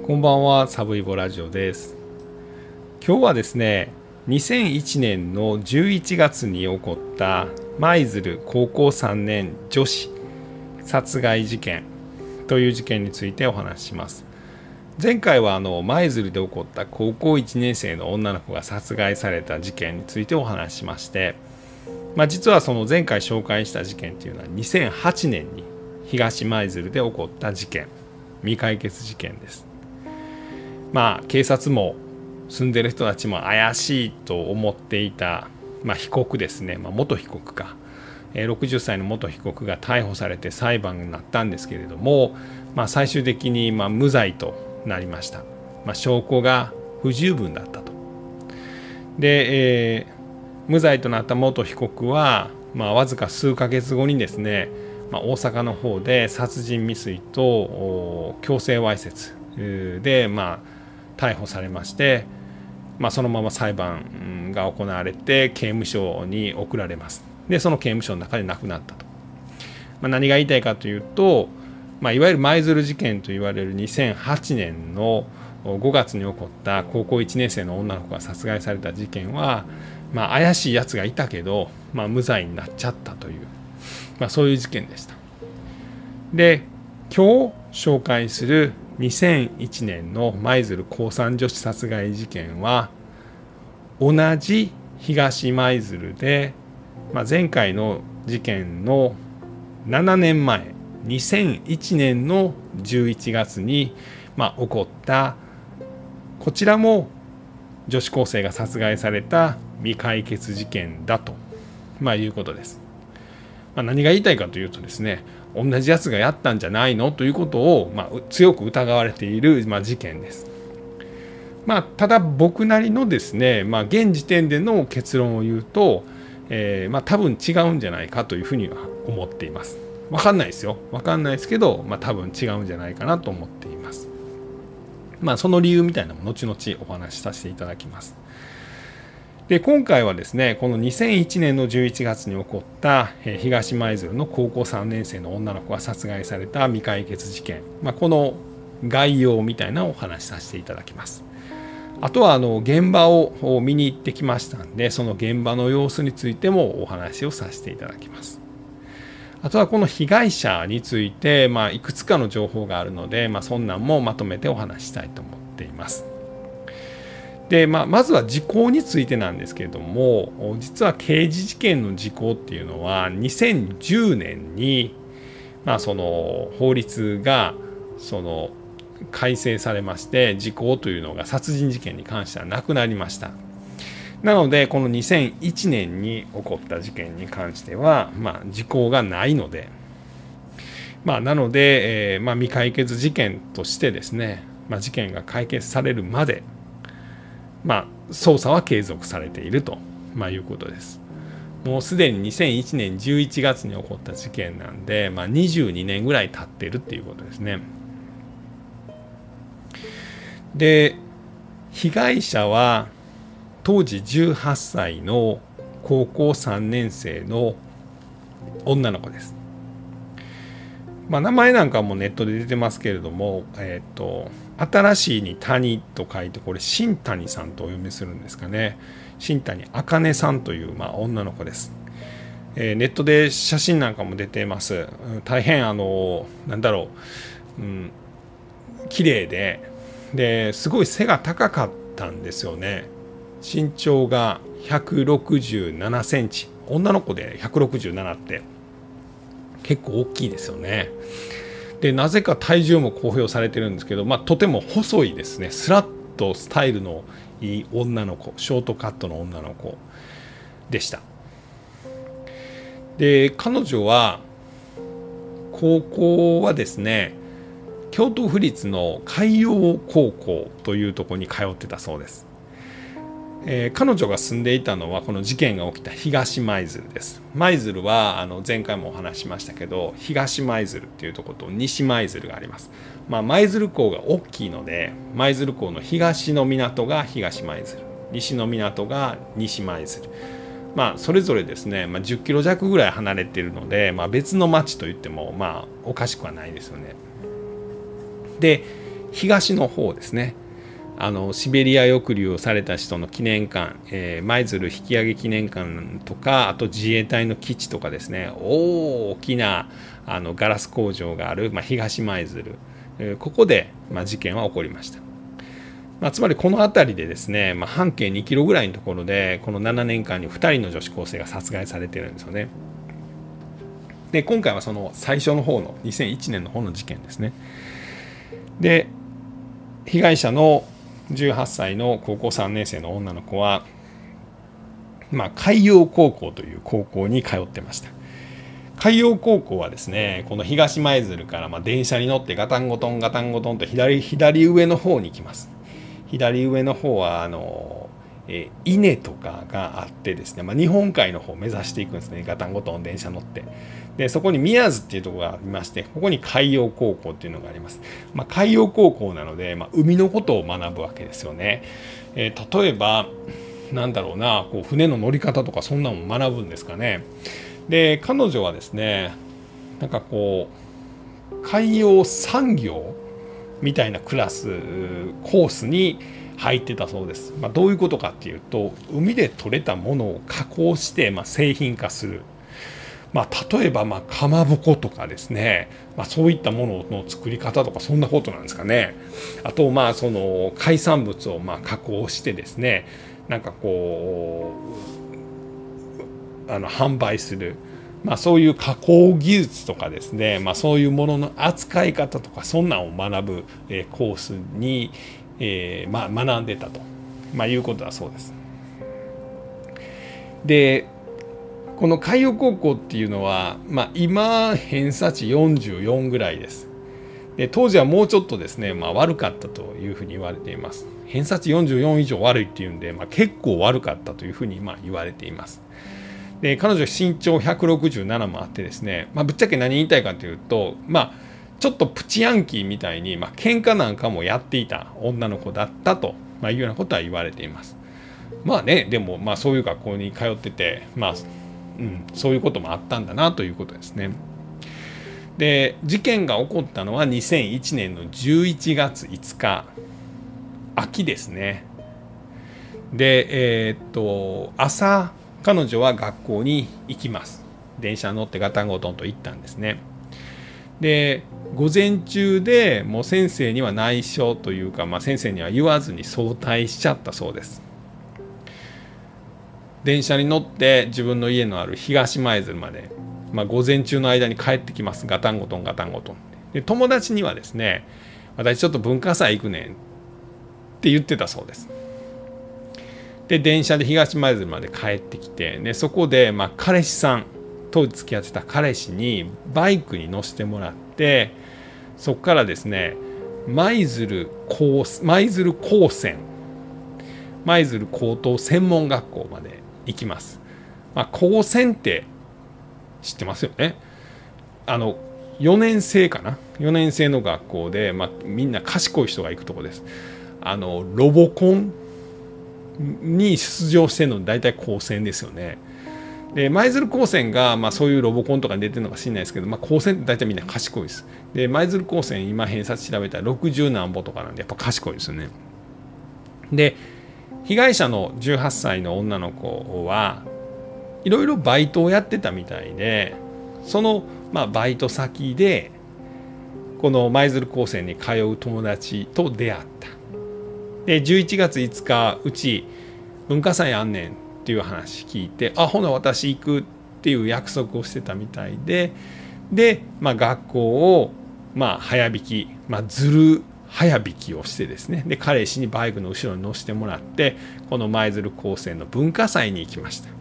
こんばんは、サブイボラジオです。今日はですね、2001年の11月に起こった舞鶴高校3年女子殺害事件という事件についてお話しします。前回は舞鶴で起こった高校1年生の女の子が殺害された事件についてお話ししまして、実はその前回紹介した事件というのは2008年に東舞鶴で起こった事件、未解決事件です。警察も住んでる人たちも怪しいと思っていた、被告ですね、元被告か、60歳の元被告が逮捕されて裁判になったんですけれども、最終的に無罪となりました。証拠が不十分だったと。で、無罪となった元被告は、わずか数ヶ月後にですね、大阪の方で殺人未遂と強制わいせつで逮捕されまして、そのまま裁判が行われて刑務所に送られます。でその刑務所の中で亡くなったと。何が言いたいかというと、いわゆる舞鶴事件といわれる2008年の5月に起こった高校1年生の女の子が殺害された事件は、怪しいやつがいたけど、無罪になっちゃったという、そういう事件でした。で今日紹介する2001年の舞鶴高3女子殺害事件は、同じ東舞鶴で、前回の事件の7年前2001年の11月に起こったこちらも女子高生が殺害された未解決事件だと、いうことです。何が言いたいかというとですね、同じやつがやったんじゃないのということを、強く疑われている、事件です。ただ僕なりのですね、現時点での結論を言うと、多分違うんじゃないかというふうには思っています。分かんないですよ。分かんないですけど、多分違うんじゃないかなと思っています。その理由みたいなのも後々お話しさせていただきます。で今回はですね、この2001年の11月に起こった東舞鶴の高校3年生の女の子が殺害された未解決事件、この概要みたいなお話しさせていただきます。あとは現場を見に行ってきましたんで、その現場の様子についてもお話をさせていただきます。あとはこの被害者について、いくつかの情報があるので、そんなんもまとめてお話ししたいと思っています。でまずは時効についてなんですけれども、実は刑事事件の時効っていうのは2010年に、その法律が改正されまして、時効というのが殺人事件に関してはなくなりました。なのでこの2001年に起こった事件に関しては、時効がないので、なので、未解決事件としてですね、事件が解決されるまで捜査は継続されていると、いうことです。もうすでに2001年11月に起こった事件なんで、22年ぐらい経っているっていうことですね。で被害者は当時18歳の高校3年生の女の子です。名前なんかもネットで出てますけれども、新しいに谷と書いて、これ新谷さんとお読みするんですかね。新谷茜さんという女の子です。ネットで写真なんかも出てます。大変綺麗ですごい背が高かったんですよね。身長が167センチ。女の子で167って結構大きいですよね。でなぜか体重も公表されてるんですけど、とても細いですね。スラッとスタイルのいい女の子、ショートカットの女の子でした。で彼女は高校はですね、京都府立の海洋高校というところに通ってたそうです。彼女が住んでいたのはこの事件が起きた東舞鶴です。舞鶴は前回もお話しましたけど、東舞鶴っていうところと西舞鶴があります。舞鶴港が大きいので、舞鶴港の東の港が東舞鶴、西の港が西舞鶴、それぞれですね、10キロ弱ぐらい離れているので、別の町といってもおかしくはないですよね。で東の方ですね、シベリア抑留をされた人の記念館、舞鶴引き上げ記念館とか、あと自衛隊の基地とかですね、大きなガラス工場がある、東舞鶴、ここで、事件は起こりました。つまりこの辺りでですね、半径2キロぐらいのところでこの7年間に2人の女子高生が殺害されてるんですよね。で今回はその最初の方の2001年の方の事件ですね。で被害者の18歳の高校3年生の女の子は、海洋高校という高校に通ってました。海洋高校はですね、この東舞鶴から電車に乗ってガタンゴトンガタンゴトンと左上の方に行きます。左上の方は稲とかがあってですね、日本海の方を目指していくんですね、ガタンゴトン電車乗って。でそこに宮津っていうところがありまして、ここに海洋高校っていうのがあります。海洋高校なので、海のことを学ぶわけですよね。例えばなんだろうな、こう船の乗り方とかそんなのも学ぶんですかね。で彼女はですね、なんかこう海洋産業みたいなクラスコースに入ってたそうです。どういうことかっていうと、海で採れたものを加工して製品化する。例えばかまぼことかですね、そういったものの作り方とかそんなことなんですかね。あとその海産物を加工してですね、なんかこう販売する、そういう加工技術とかですね、そういうものの扱い方とかそんなんを学ぶコースに学んでたと、いうことだそうです。でこの海洋高校っていうのは、今偏差値44ぐらいです。で当時はもうちょっとですね、悪かったというふうに言われています。偏差値44以上悪いっていうんで、結構悪かったというふうに言われています。で彼女身長167もあってですね、ぶっちゃけ何言いたいかというと、ちょっとプチヤンキーみたいに、喧嘩なんかもやっていた女の子だったと、いうようなことは言われています。でもそういう学校に通ってて、そういうこともあったんだなということですね。で事件が起こったのは2001年の11月5日秋ですね。で朝彼女は学校に行きます。電車に乗ってガタンゴトンと行ったんですね。で午前中でもう先生には内緒というか、先生には言わずに早退しちゃったそうです。電車に乗って自分の家のある東舞鶴まで、午前中の間に帰ってきます。ガタンゴトンガタンゴトンで友達にはですね、私ちょっと文化祭行くねんって言ってたそうです。で電車で東舞鶴まで帰ってきて、でそこで彼氏さん、当時付き合ってた彼氏にバイクに乗せてもらって、そこからですね舞鶴高専舞鶴高等専門学校まで行きます。高専って知ってますよね。4年生かな、4年生の学校で、みんな賢い人が行くとこです。ロボコンに出場してるの大体高専ですよね。で舞鶴高専が、そういうロボコンとかに出てるのか知らないですけど、高専って大体みんな賢いです。で舞鶴高専今偏差値調べたら60何歩とかなんでやっぱ賢いですよね。で被害者の18歳の女の子はいろいろバイトをやってたみたいで、そのバイト先でこの舞鶴高専に通う友達と出会った。で11月5日うち文化祭あんねんっていう話聞いて、ほな私行くっていう約束をしてたみたいで、学校を早引き、ずる早引きをしてですね、で彼氏にバイクの後ろに乗せてもらってこの舞鶴高専の文化祭に行きました。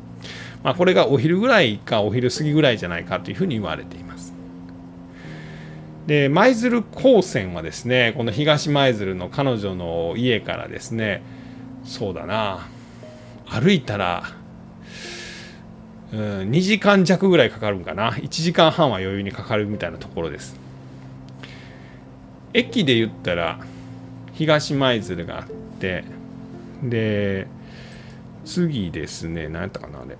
これがお昼ぐらいかお昼過ぎぐらいじゃないかというふうに言われています。で舞鶴高専はですね、この東舞鶴の彼女の家からですね、そうだな、歩いたら2時間弱ぐらいかかるんかな、1時間半は余裕にかかるみたいなところです。駅で言ったら東舞鶴があって、で次ですね、何やったかな、あれ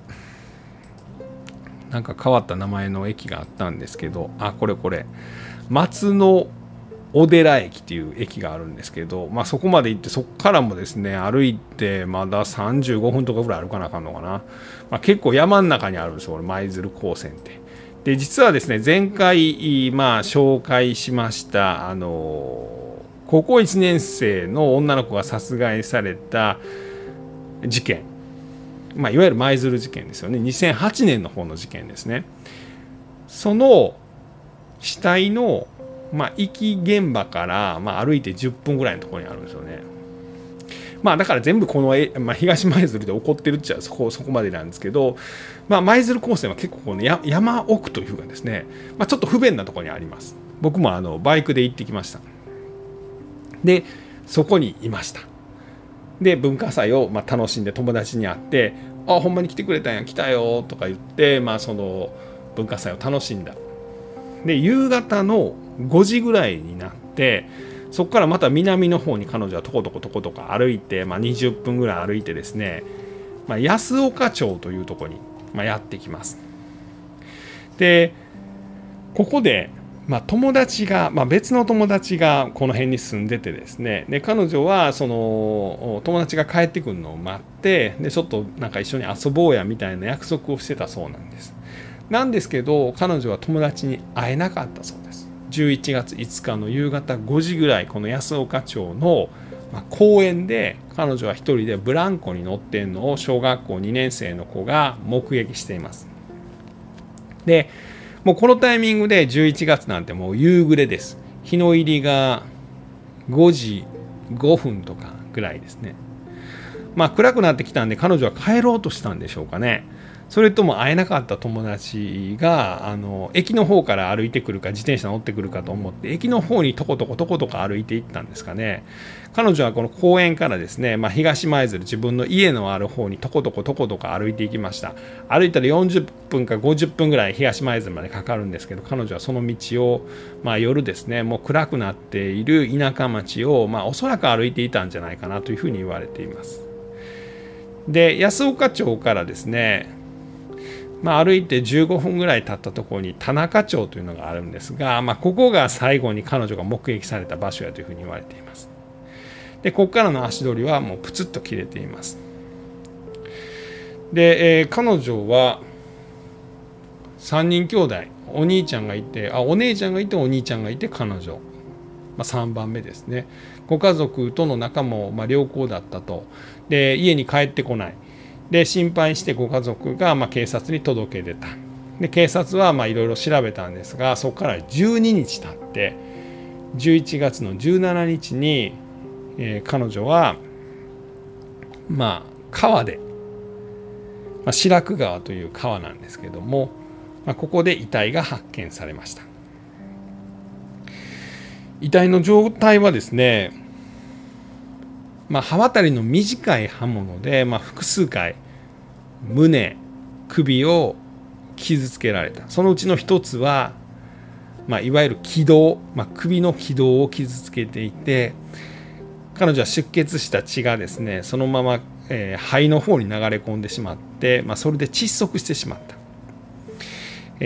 なんか変わった名前の駅があったんですけど、これ松野小寺駅っていう駅があるんですけど、そこまで行って、そこからもですね歩いてまだ35分とかぐらい歩かなあかんのかな、結構山の中にあるんですよ、舞鶴高専って。で実はですね前回紹介しました高校1年生の女の子が殺害された事件、いわゆる舞鶴事件ですよね。2008年の方の事件ですね。その死体の遺棄現場から歩いて10分ぐらいのところにあるんですよね。だから全部この東舞鶴で起こってるっちゃそこまでなんですけど、舞鶴高専は結構この山奥というかですね、ちょっと不便なところにあります。僕もバイクで行ってきました。でそこにいました。で文化祭を楽しんで友達に会って「あほんまに来てくれたんや、来たよ」とか言って、その文化祭を楽しんだ。で夕方の5時ぐらいになって、そこからまた南の方に彼女はとことこと歩いて、20分ぐらい歩いてですね、安岡町というところに、やってきます。でここで、友達が、別の友達がこの辺に住んでてですね、で彼女はその友達が帰ってくるのを待って、でちょっとなんか一緒に遊ぼうやみたいな約束をしてたそうなんです。なんですけど彼女は友達に会えなかったそうです。11月5日の夕方5時ぐらい、この安岡町の公園で彼女は一人でブランコに乗ってんのを小学校2年生の子が目撃しています。でもうこのタイミングで11月なんてもう夕暮れです。日の入りが5時5分とかぐらいですね。暗くなってきたんで彼女は帰ろうとしたんでしょうかね。それとも会えなかった友達が駅の方から歩いてくるか自転車乗ってくるかと思って駅の方にとことこ歩いていったんですかね。彼女はこの公園からですね、東舞鶴自分の家のある方にとことこ歩いていきました。歩いたら40分か50分ぐらい東舞鶴までかかるんですけど、彼女はその道を、夜ですねもう暗くなっている田舎町を、おそらく歩いていたんじゃないかなというふうに言われています。で安岡町からですね歩いて15分ぐらい経ったところに田中町というのがあるんですが、ここが最後に彼女が目撃された場所やというふうに言われています。でここからの足取りはもうプツッと切れています。で、彼女は3人兄弟、お兄ちゃんがいてお姉ちゃんがいてお兄ちゃんがいて彼女、3番目ですね。ご家族との仲も良好だったと。で家に帰ってこない。で心配してご家族が警察に届け出た。で警察はいろいろ調べたんですが、そこから12日経って11月の17日に、彼女は川で、白久川という川なんですけども、ここで遺体が発見されました。遺体の状態はですね刃渡りの短い刃物で、複数回胸首を傷つけられた。そのうちの一つは、いわゆる気道、首の気道を傷つけていて、彼女は出血した血がですねそのまま、肺の方に流れ込んでしまって、それで窒息してしまった。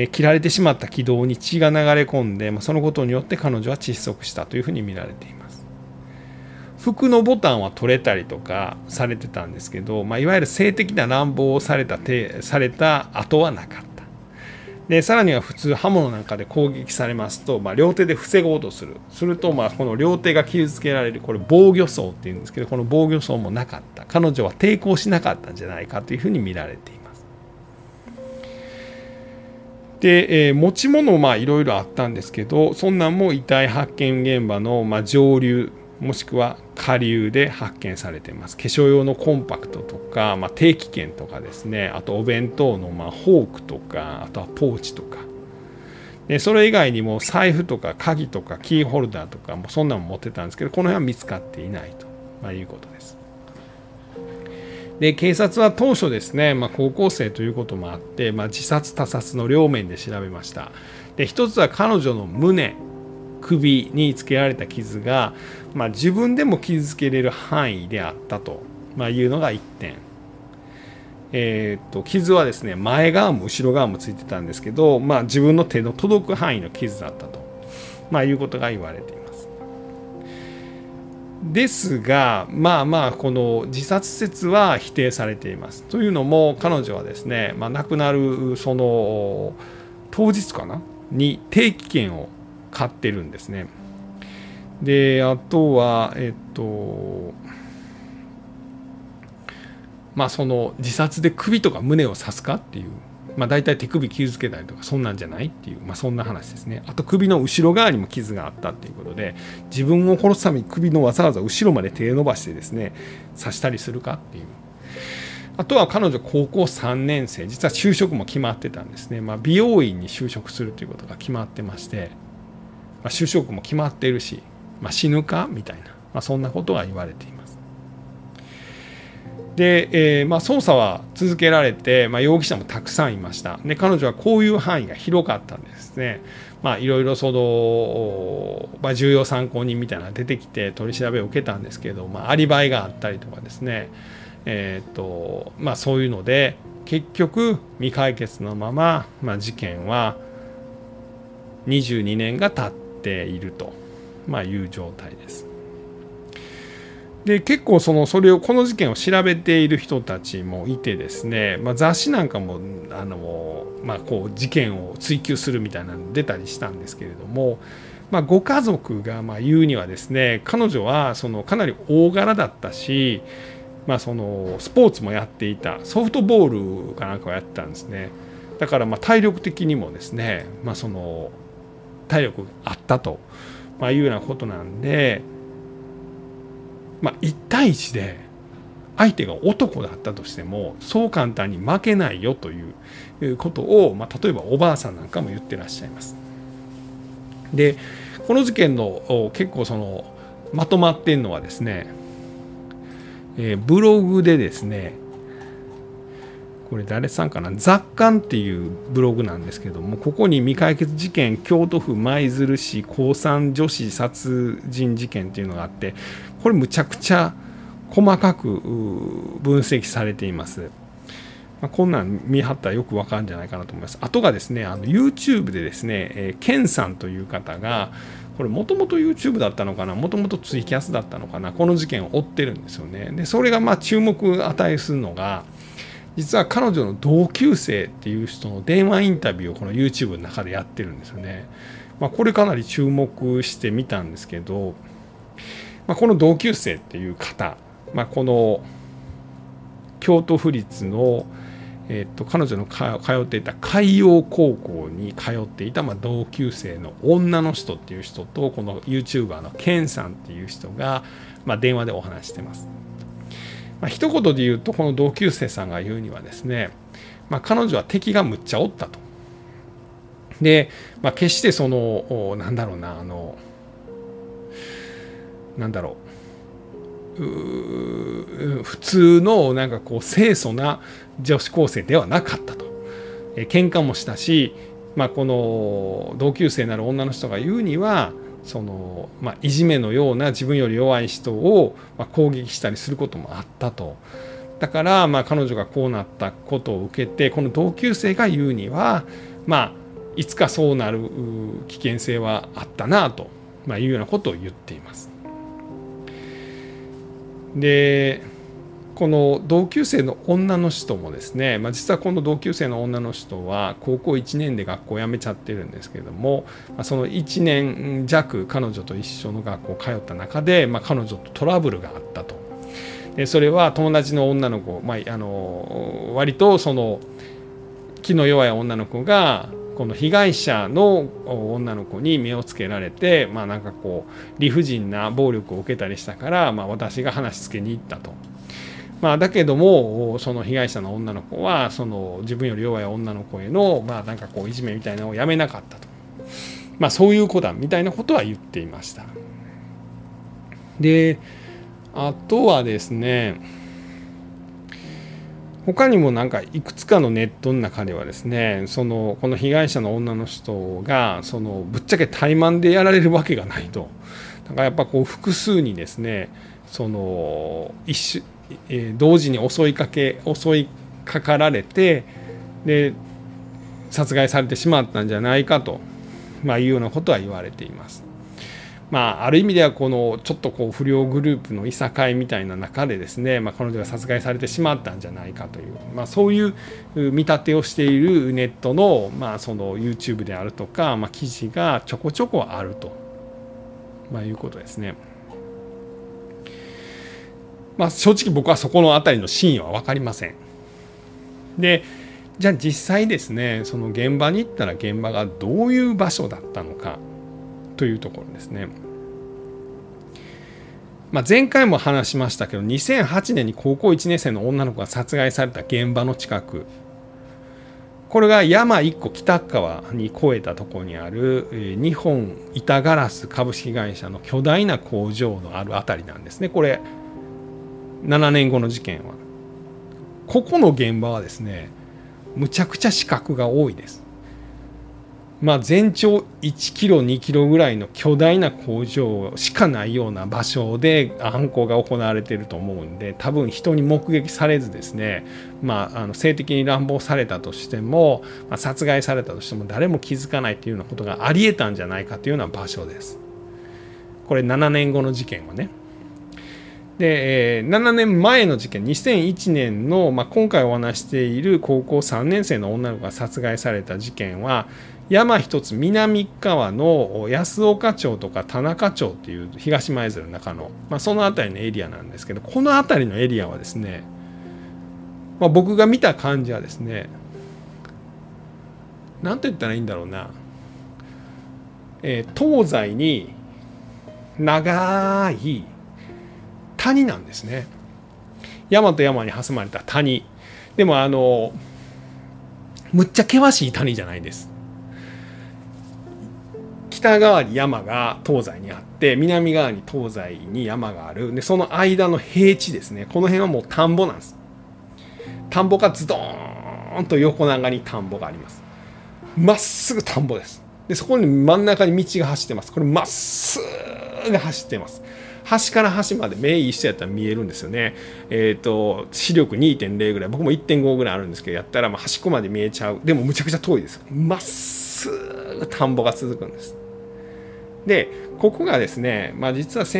切られてしまった気道に血が流れ込んで、そのことによって彼女は窒息したというふうに見られています。服のボタンは取れたりとかされてたんですけど、いわゆる性的な乱暴をされた跡はなかった。でさらには普通刃物なんかで攻撃されますと、両手で防ごうとすると、この両手が傷つけられる、これ防御創っていうんですけど、この防御創もなかった。彼女は抵抗しなかったんじゃないかというふうに見られています。で、持ち物いろいろあったんですけど、そんなんも遺体発見現場の上流もしくは下流で発見されています。化粧用のコンパクトとか、定期券とかですね、あとお弁当のフォークとか、あとはポーチとか、でそれ以外にも財布とか鍵とかキーホルダーとかもそんなの持ってたんですけど、この辺は見つかっていないと、いうことです。で警察は当初ですね、高校生ということもあって、自殺他殺の両面で調べました。で一つは彼女の胸首につけられた傷が、自分でも傷つけれる範囲であったと、いうのが1点。傷はですね前側も後ろ側もついてたんですけど、自分の手の届く範囲の傷だったと、いうことが言われています。 ですがこの自殺説は否定されています。というのも彼女はですね、亡くなるその当日かなに定期券を買ってるんですね。であとはその自殺で首とか胸を刺すかっていう、大体手首傷つけたりとかそんなんじゃないっていう、そんな話ですね。あと首の後ろ側にも傷があったっていうことで、自分を殺すために首のわざわざ後ろまで手を伸ばしてですね刺したりするかっていう。あとは彼女高校3年生、実は就職も決まってたんですね。美容院に就職するということが決まってまして、就職も決まっているし、死ぬかみたいな、そんなことが言われています。で、捜査は続けられて、容疑者もたくさんいました。で彼女はこういう範囲が広かったんですね。いろいろその、重要参考人みたいなのが出てきて取り調べを受けたんですけど、アリバイがあったりとかですね、そういうので結局未解決のまま、事件は22年が経っていると、いう状態です。で結構それをこの事件を調べている人たちもいてですね、雑誌なんかもこう事件を追及するみたいなの出たりしたんですけれども、ご家族が言うにはですね、彼女はかなり大柄だったし、そのスポーツもやっていた、ソフトボールかなんかをやってたんですね。だから体力的にもですね、その体力あったと、いうようなことなんで、1対1で相手が男だったとしてもそう簡単に負けないよということを、例えばおばあさんなんかも言ってらっしゃいます。でこの事件の結構まとまっているのはですね、ブログでですね、これ誰さんかな、雑感っていうブログなんですけども、ここに未解決事件京都府舞鶴市高3女子殺人事件っていうのがあって、これむちゃくちゃ細かく分析されています。こんなん見張ったらよくわかるんじゃないかなと思います。あとがですね、YouTube でですね、ケンさんという方が、これもともと YouTube だったのかな、もともとツイキャスだったのかな、この事件を追ってるんですよね。でそれが注目を値するのが、実は彼女の同級生っていう人の電話インタビューをこの YouTube の中でやってるんですよね。これかなり注目してみたんですけど、この同級生っていう方、この京都府立の、彼女の通っていた海洋高校に通っていた、同級生の女の人っていう人と、この YouTuber のケンさんっていう人が、電話でお話してます。一言で言うと、この同級生さんが言うにはですね、彼女は敵がむっちゃおったと。で、決して普通の清楚な女子高生ではなかったと。喧嘩もしたし、この同級生なる女の人が言うには、いじめのような自分より弱い人を攻撃したりすることもあったと。だから彼女がこうなったことを受けて、この同級生が言うには、いつかそうなる危険性はあったなというようなことを言っています。でこの同級生の女の人もですね、実はこの同級生の女の人は高校1年で学校を辞めちゃってるんですけれども、その1年弱彼女と一緒の学校通った中で、彼女とトラブルがあったと。でそれは友達の女の子、割と気の弱い女の子がこの被害者の女の子に目をつけられて、理不尽な暴力を受けたりしたから、私が話しつけに行ったと。だけどもその被害者の女の子は自分より弱い女の子へのいじめみたいなのをやめなかったと、そういう子だみたいなことは言っていました。であとはですね、他にもいくつかのネットの中ではですね、この被害者の女の人がぶっちゃけ怠慢でやられるわけがないと。だからやっぱ複数にですね、同時に襲いかかられて、で殺害されてしまったんじゃないかと、いうようなことは言われています。 ある意味ではこのちょっとこう不良グループのいさかいみたいな中でですね、彼女が殺害されてしまったんじゃないかという、そういう見立てをしているネットの、その YouTube であるとか、記事がちょこちょこあると、いうことですね。正直僕はそこのあたりの真意は分かりません。で、じゃあ実際ですね、その現場に行ったら現場がどういう場所だったのかというところですね。前回も話しましたけど、2008年に高校1年生の女の子が殺害された現場の近く、これが山1個北側に越えたところにある日本板ガラス株式会社の巨大な工場のあるあたりなんですね。これ7年後の事件は。ここの現場はですね、むちゃくちゃ死角が多いです。全長1キロ2キロぐらいの巨大な工場しかないような場所で犯行が行われていると思うんで、多分人に目撃されずですね、性的に乱暴されたとしても、殺害されたとしても誰も気づかないというようなことがありえたんじゃないかというような場所です。これ7年後の事件はね。で、7年前の事件、2001年の、今回お話している高校3年生の女の子が殺害された事件は、山一つ南側の安岡町とか田中町っていう東舞鶴の中の、その辺りのエリアなんですけど、この辺りのエリアはですね、僕が見た感じはですね、なんて言ったらいいんだろうな、東西に長い谷なんですね。山と山に挟まれた谷。でもむっちゃ険しい谷じゃないです。北側に山が東西にあって、南側に東西に山がある。で、その間の平地ですね。この辺はもう田んぼなんです。田んぼがズドーンと横長に田んぼがあります。まっすぐ田んぼです。で、そこに真ん中に道が走ってます。これまっすぐ走ってます。端から端まで目一緒やったら見えるんですよね。視力 2.0 ぐらい、僕も 1.5 ぐらいあるんですけど、やったら端っこまで見えちゃう。でもむちゃくちゃ遠いです。まっすぐ田んぼが続くんです。で、ここがですね、実は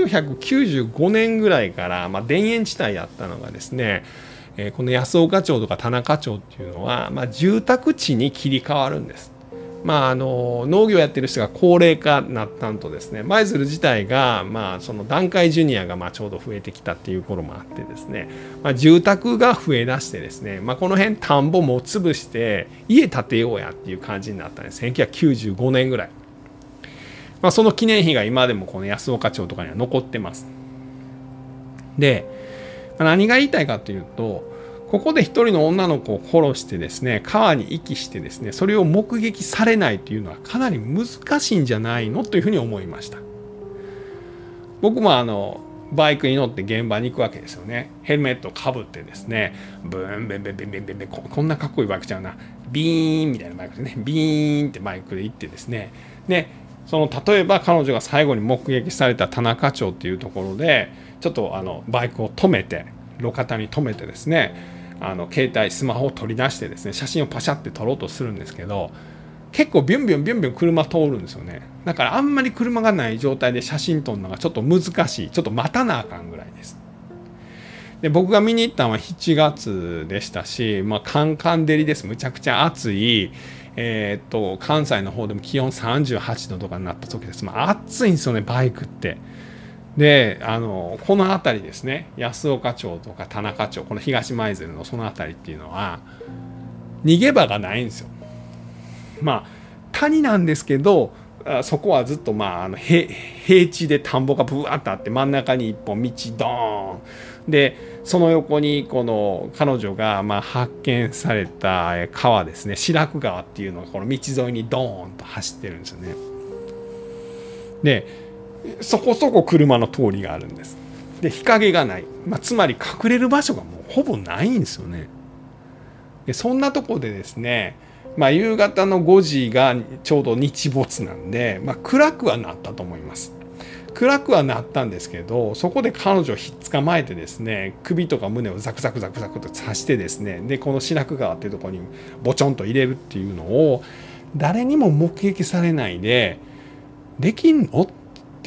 1995年ぐらいから、田園地帯だったのがですね、この安岡町とか田中町っていうのは、住宅地に切り替わるんです。農業やってる人が高齢化になったんとですね、舞鶴自体が、その団塊ジュニアがちょうど増えてきたっていう頃もあってですね、住宅が増えだしてですね、この辺田んぼも潰して家建てようやっていう感じになったんです。1995年ぐらい。その記念碑が今でもこの安岡町とかには残ってます。で、何が言いたいかというと、ここで一人の女の子を殺してですね、川に遺棄してですね、それを目撃されないというのはかなり難しいんじゃないのというふうに思いました。僕もバイクに乗って現場に行くわけですよね。ヘルメットをかぶってですね、ブーンベンベンベンベンベンベン、こんなかっこいいバイクちゃうな、ビーンみたいなバイクでね、ビーンってバイクで行ってですね、で例えば彼女が最後に目撃された田中町っていうところでちょっとバイクを止めて、路肩に止めてですね、携帯スマホを取り出してですね、写真をパシャって撮ろうとするんですけど、結構ビュンビュンビュンビュン車通るんですよね。だからあんまり車がない状態で写真撮るのがちょっと難しい、ちょっと待たなあかんぐらいです。で、僕が見に行ったのは7月でしたし、カンカン照りです。むちゃくちゃ暑い。関西の方でも気温38度とかになった時です。暑いんですよね、バイクって。で、この辺りですね、安岡町とか田中町、この東舞鶴のその辺りっていうのは逃げ場がないんですよ。谷なんですけど、そこはずっと平地で田んぼがブワーッとあって、真ん中に一本道ドーンで、その横にこの彼女が発見された川ですね、白く川っていうのがこの道沿いにドーンと走ってるんですよね。で、そこそこ車の通りがあるんです。で、日陰がない、つまり隠れる場所がもうほぼないんですよね。で、そんなとこでですね、夕方の5時がちょうど日没なんで、暗くはなったと思います。暗くはなったんですけど、そこで彼女をひっ捕まえてですね、首とか胸をザクザクザクザクと刺してですね、でこの白く川っていうところにボチョンと入れるっていうのを誰にも目撃されないでできんのって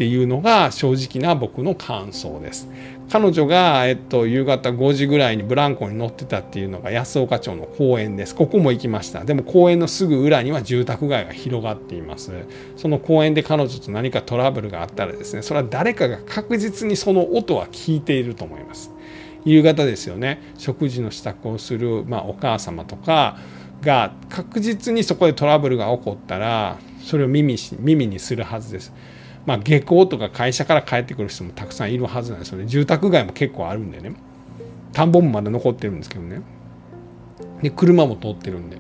っていうのが正直な僕の感想です。彼女が、夕方5時ぐらいにブランコに乗ってたっていうのが安岡町の公園です。ここも行きました。でも公園のすぐ裏には住宅街が広がっています。その公園で彼女と何かトラブルがあったらですね、それは誰かが確実にその音は聞いていると思います。夕方ですよね。食事の支度をする、お母様とかが確実にそこでトラブルが起こったら、それを耳にするはずです。下校とか会社から帰ってくる人もたくさんいるはずなんですよね。住宅街も結構あるんでね。田んぼもまだ残ってるんですけどね。で、車も通ってるんで。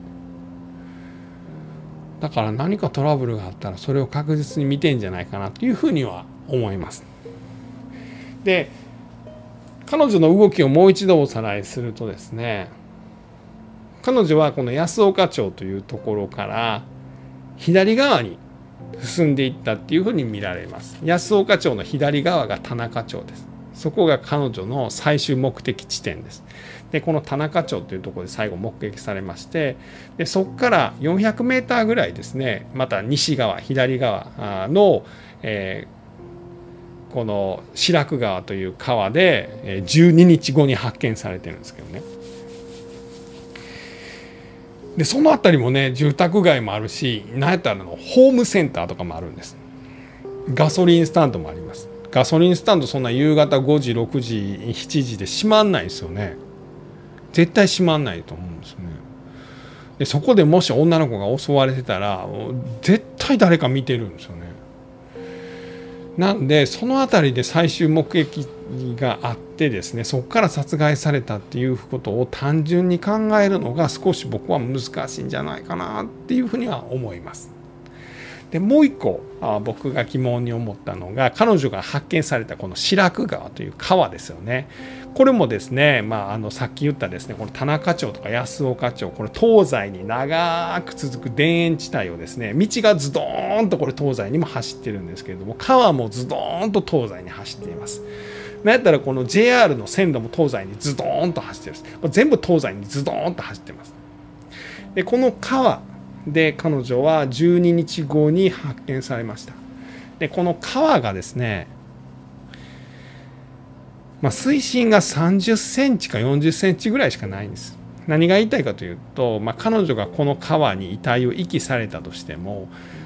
だから何かトラブルがあったらそれを確実に見てんじゃないかなというふうには思います。で、彼女の動きをもう一度おさらいするとですね、彼女はこの安岡町というところから左側に進んでいったっていうふうに見られます。安岡町の左側が田中町です。そこが彼女の最終目的地点です。で、この田中町というところで最後目撃されまして、でそこから400メーターぐらいですね、また西側、左側の、この白久川という川で12日後に発見されてるんですけどね。でその辺りもね、住宅街もあるし、なんやったらホームセンターとかもあるんです。ガソリンスタンドもあります。ガソリンスタンド、そんな夕方5時6時7時で閉まんないですよね。絶対閉まんないと思うんですよね。でそこでもし女の子が襲われてたら絶対誰か見てるんですよね。なんでその辺りで最終目撃があってですね、そこから殺害されたっていうことを単純に考えるのが少し僕は難しいんじゃないかなっていうふうには思います。でもう一個僕が疑問に思ったのが、彼女が発見されたこの白久川という川ですよね。これもですね、さっき言ったですね、この田中町とか安岡町、これ東西に長く続く田園地帯をですね、道がズドーンとこれ東西にも走ってるんですけれども、川もズドーンと東西に走っています。なんやったらこの JR の線路も東西にズドーンと走ってるんです。これ全部東西にズドーンと走ってます。でこの川で彼女は12日後に発見されました。でこの川がですね、水深が30センチか40センチぐらいしかないんです。何が言いたいかというと、彼女がこの川に遺体を遺棄されたとしても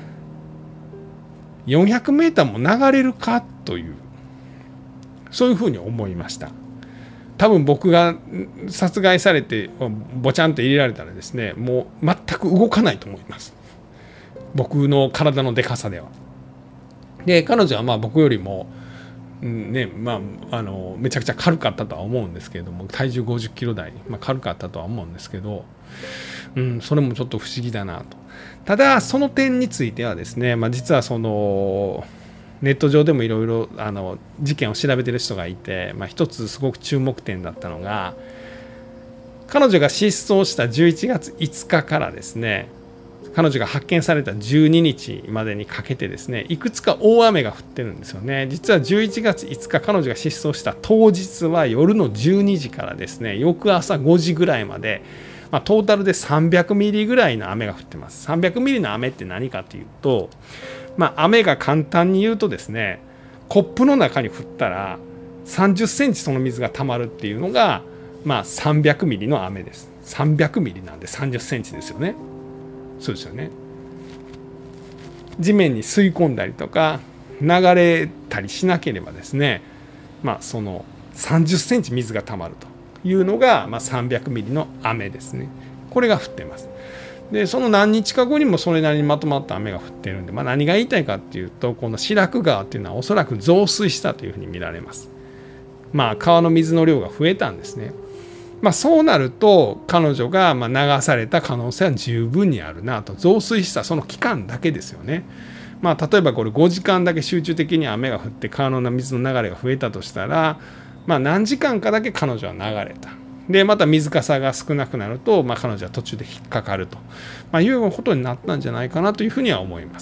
400メーターも流れるかという、そういうふうに思いました。多分僕が殺害されてぼちゃんと入れられたらですね、もう全く動かないと思います。僕の体のでかさでは。で彼女は僕よりもね、めちゃくちゃ軽かったとは思うんですけれども、体重50キロ台、軽かったとは思うんですけど、それもちょっと不思議だなと。ただその点についてはですね、実はそのネット上でもいろいろ事件を調べてる人がいて、一つすごく注目点だったのが、彼女が失踪した11月5日からですね、彼女が発見された12日までにかけてですね、いくつか大雨が降ってるんですよね。実は11月5日彼女が失踪した当日は夜の12時からですね、翌朝5時ぐらいまで、トータルで300ミリぐらいの雨が降ってます。300ミリの雨って何かというと、雨が簡単に言うとですね、コップの中に降ったら30センチその水が溜まるっていうのが、300ミリの雨です。300ミリなんで30センチですよね。そうですよね。地面に吸い込んだりとか流れたりしなければですね、その30センチ水が溜まるというのが、300ミリの雨ですね。これが降っています。でその何日か後にもそれなりにまとまった雨が降っているんで、何が言いたいかっていうと、この白久川っていうのはおそらく増水したというふうに見られます。川の水の量が増えたんですね。そうなると彼女が流された可能性は十分にあるなと。増水したその期間だけですよね。例えばこれ5時間だけ集中的に雨が降って川の水の流れが増えたとしたら、何時間かだけ彼女は流れた。でまた水かさが少なくなると、彼女は途中で引っかかると、いうことになったんじゃないかなというふうには思います。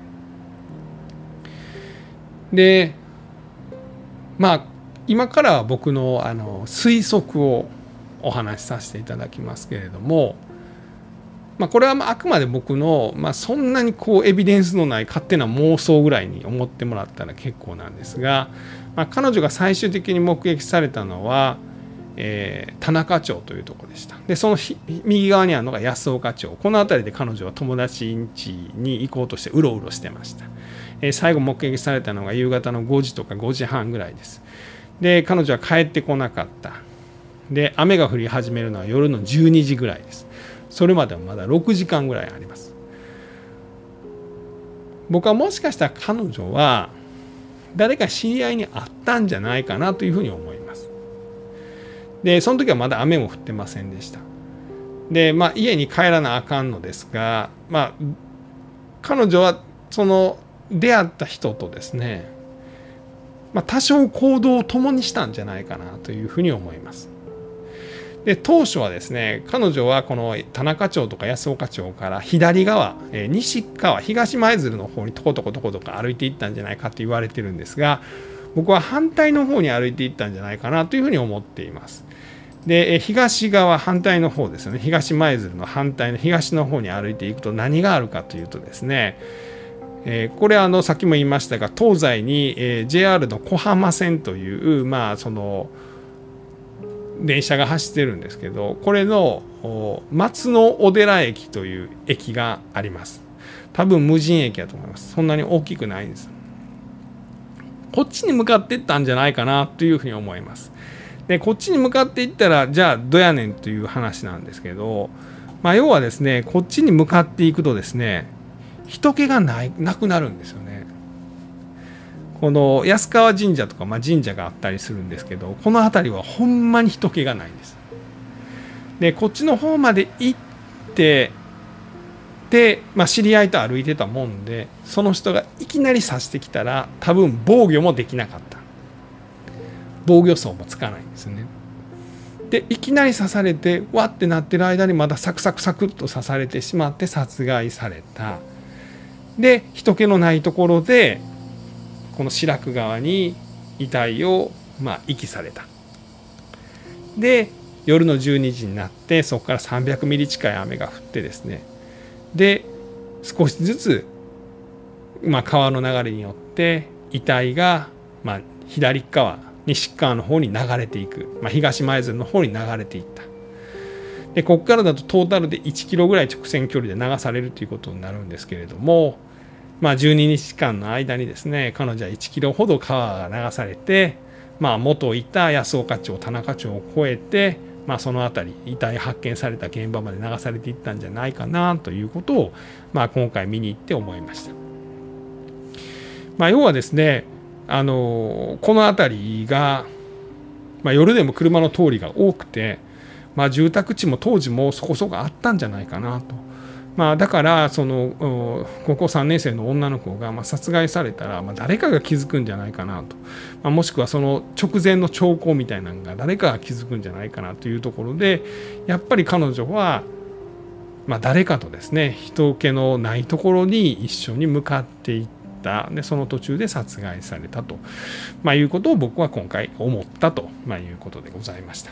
で今からは僕の推測をお話しさせていただきますけれども、 これはあくまで僕の、そんなにエビデンスのない勝手な妄想ぐらいに思ってもらったら結構なんですが、彼女が最終的に目撃されたのは、田中町というところでした。でその右側にあるのが安岡町。この辺りで彼女は友達ん家に行こうとしてうろうろしてました。最後目撃されたのが夕方の5時とか5時半ぐらいです。で彼女は帰ってこなかった。で雨が降り始めるのは夜の12時ぐらいです。それまではまだ6時間ぐらいあります。僕はもしかしたら彼女は誰か知り合いに会ったんじゃないかなというふうに思います。でその時はまだ雨も降ってませんでした。で家に帰らなあかんのですが、彼女はその出会った人とですね、多少行動を共にしたんじゃないかなというふうに思います。で当初はですね、彼女はこの田中町とか安岡町から左側、西側東舞鶴の方にとことこと歩いていったんじゃないかと言われてるんですが、僕は反対の方に歩いていったんじゃないかなというふうに思っています。で東側反対の方ですよね、東舞鶴の反対の東の方に歩いていくと何があるかというとですね、これさっきも言いましたが東西に、JR の小浜線というその電車が走ってるんですけど、これの松の小寺駅という駅があります。多分無人駅だと思います。そんなに大きくないんです。こっちに向かっていったんじゃないかなというふうに思います。でこっちに向かっていったらじゃあどやねんという話なんですけど、要はですね、こっちに向かっていくとですね、人気がなくなるんですよね。この安川神社とか、神社があったりするんですけど、この辺りはほんまに人気がないんです。でこっちの方まで行ってで、知り合いと歩いてたもんで、その人がいきなり刺してきたら多分防御もできなかった、防御層もつかないんですね。でいきなり刺されてわってなってる間にまだサクサクサクっと刺されてしまって殺害された。で人気のないところでこの白く川に遺体を遺棄された。で夜の12時になってそこから300ミリ近い雨が降ってですね、で少しずつ、川の流れによって遺体が、左側西側の方に流れていく、東舞鶴の方に流れていった。でここからだとトータルで1キロぐらい直線距離で流されるということになるんですけれども、12日間の間にですね、彼女は1キロほど川が流されて、元いた安岡町田中町を越えて、その辺り遺体発見された現場まで流されていったんじゃないかなということを、今回見に行って思いました。要はですね、この辺りが、夜でも車の通りが多くて、住宅地も当時もそこそこあったんじゃないかなと。だからその高校3年生の女の子が殺害されたら誰かが気づくんじゃないかなと、もしくはその直前の兆候みたいなのが誰かが気づくんじゃないかなというところで、やっぱり彼女は誰かとですね、人気のないところに一緒に向かっていった。でその途中で殺害されたと、いうことを僕は今回思ったと、いうことでございました。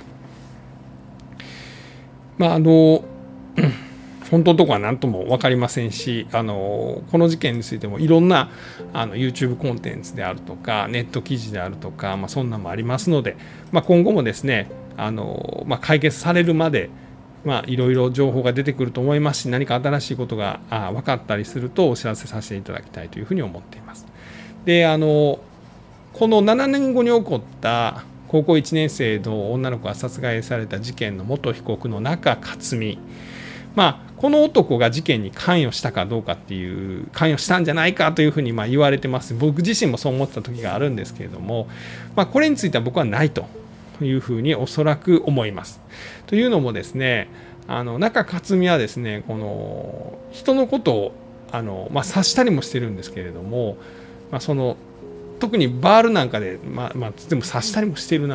本当のところは何とも分かりませんし、この事件についてもいろんなYouTube コンテンツであるとかネット記事であるとか、そんなのもありますので、今後もですね解決されるまでいろいろ情報が出てくると思いますし、何か新しいことが分かったりするとお知らせさせていただきたいというふうに思っています。でこの7年後に起こった高校1年生の女の子が殺害された事件の元被告の中克美、この男が事件に関与したかどうかっていう、関与したんじゃないかというふうに言われてます。僕自身もそう思った時があるんですけれども、これについては僕はないというふうにおそらく思います。というのもですね、中克美はですね、この人のことを刺したりもしてるんですけれども、その特にバールなんかで、でも刺したりもしてる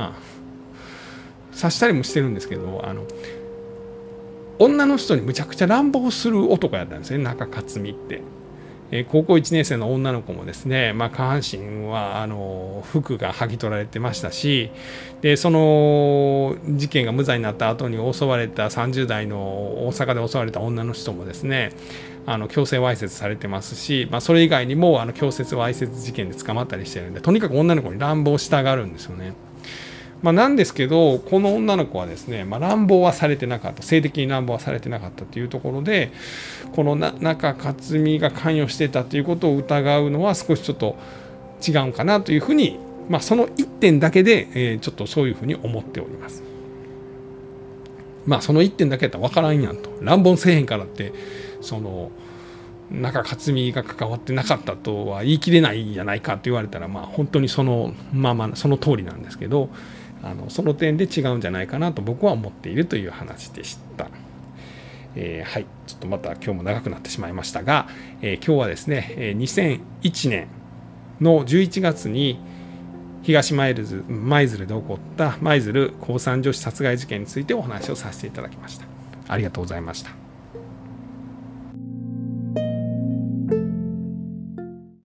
んですけど、女の人にむちゃくちゃ乱暴する男やったんですね、中克美って。 高校1年生の女の子もですね、下半身は服が剥ぎ取られてましたし、でその事件が無罪になった後に襲われた30代の大阪で襲われた女の人もですね、強制わいせつされてますし、それ以外にも強制わいせつ事件で捕まったりしてるんで、とにかく女の子に乱暴したがるんですよね。なんですけど、この女の子はですね、乱暴はされてなかった、性的に乱暴はされてなかったというところで、この中克美が関与してたということを疑うのは少しちょっと違うかなというふうに、その1点だけで、ちょっとそういうふうに思っております。その1点だけやったら分からんやんと、乱暴せえへんからってその中克美が関わってなかったとは言い切れないんじゃないかと言われたら、本当にそのその通りなんですけど、その点で違うんじゃないかなと僕は思っているという話でした。はい、ちょっとまた今日も長くなってしまいましたが、今日はですね、2001年の11月に東舞鶴で起こった舞鶴高3女子殺害事件についてお話をさせていただきました。ありがとうございました。